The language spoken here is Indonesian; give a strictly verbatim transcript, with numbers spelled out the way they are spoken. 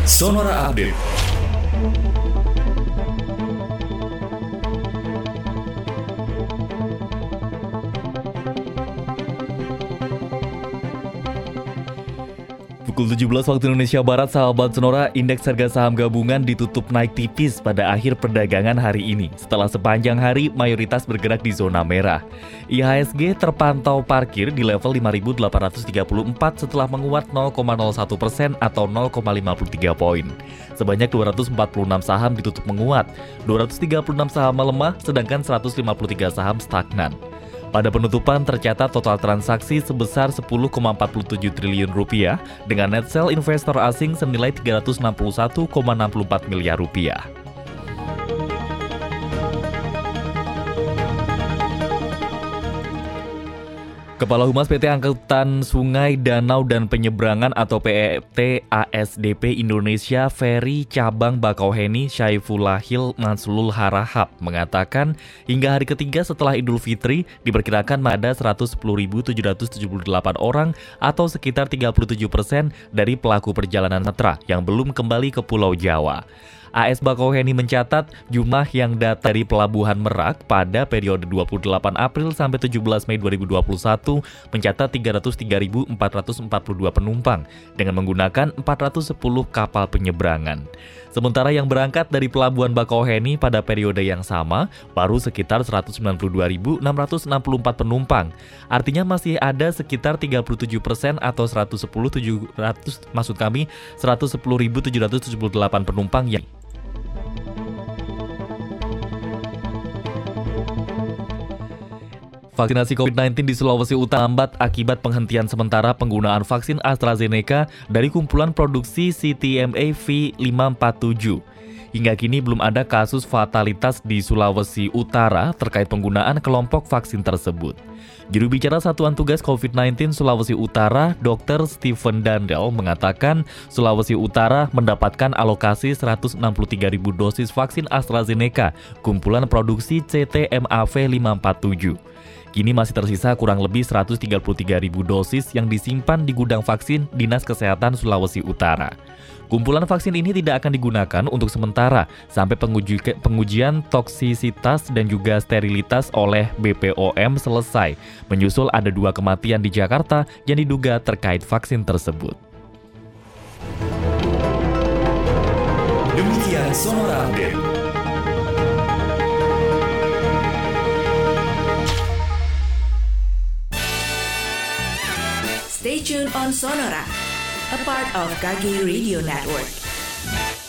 Sonora Update. Pukul tujuh belas waktu Indonesia Barat, sahabat Sonora, indeks harga saham gabungan ditutup naik tipis pada akhir perdagangan hari ini. Setelah sepanjang hari mayoritas bergerak di zona merah. I H S G terpantau parkir di level lima ribu delapan ratus tiga puluh empat setelah menguat nol koma nol satu persen atau nol koma lima puluh tiga poin. Sebanyak dua ratus empat puluh enam saham ditutup menguat, dua ratus tiga puluh enam saham melemah, sedangkan seratus lima puluh tiga saham stagnan. Pada penutupan tercatat total transaksi sebesar sepuluh koma empat tujuh triliun rupiah dengan net sell investor asing senilai tiga ratus enam puluh satu koma enam empat miliar rupiah. Kepala Humas P T Angkutan Sungai, Danau, dan Penyeberangan atau P E T A S D P Indonesia Ferry Cabang Bakauheni Syaifulahil Manslul Harahap mengatakan hingga hari ketiga setelah Idul Fitri diperkirakan ada seratus sepuluh ribu tujuh ratus tujuh puluh delapan orang atau sekitar tiga puluh tujuh persen dari pelaku perjalanan netra yang belum kembali ke Pulau Jawa. A S Bakauheni mencatat jumlah yang datang dari Pelabuhan Merak pada periode dua puluh delapan April sampai tujuh belas Mei dua ribu dua puluh satu mencatat tiga ratus tiga ribu empat ratus empat puluh dua penumpang dengan menggunakan empat ratus sepuluh kapal penyeberangan. Sementara yang berangkat dari Pelabuhan Bakauheni pada periode yang sama baru sekitar seratus sembilan puluh dua ribu enam ratus enam puluh empat penumpang. Artinya masih ada sekitar tiga puluh tujuh persen atau seratus sepuluh ribu tujuh ratus maksud kami seratus sepuluh ribu tujuh ratus tujuh puluh delapan penumpang yang Vaksinasi covid sembilan belas di Sulawesi Utara lambat akibat penghentian sementara penggunaan vaksin AstraZeneca dari kumpulan produksi C T M A V lima empat tujuh. Hingga kini belum ada kasus fatalitas di Sulawesi Utara terkait penggunaan kelompok vaksin tersebut. Juru bicara Satuan Tugas covid sembilan belas Sulawesi Utara, Dokter Stephen Dandel, mengatakan Sulawesi Utara mendapatkan alokasi seratus enam puluh tiga ribu dosis vaksin AstraZeneca, kumpulan produksi C T M A V lima empat tujuh. Kini masih tersisa kurang lebih seratus tiga puluh tiga ribu dosis yang disimpan di gudang vaksin Dinas Kesehatan Sulawesi Utara. Kumpulan vaksin ini tidak akan digunakan untuk sementara sampai penguji, pengujian toksisitas dan juga sterilitas oleh B P O M selesai, menyusul ada dua kematian di Jakarta yang diduga terkait vaksin tersebut. Demikian Sonora Update. Stay tuned on Sonora, a part of K G Radio Network.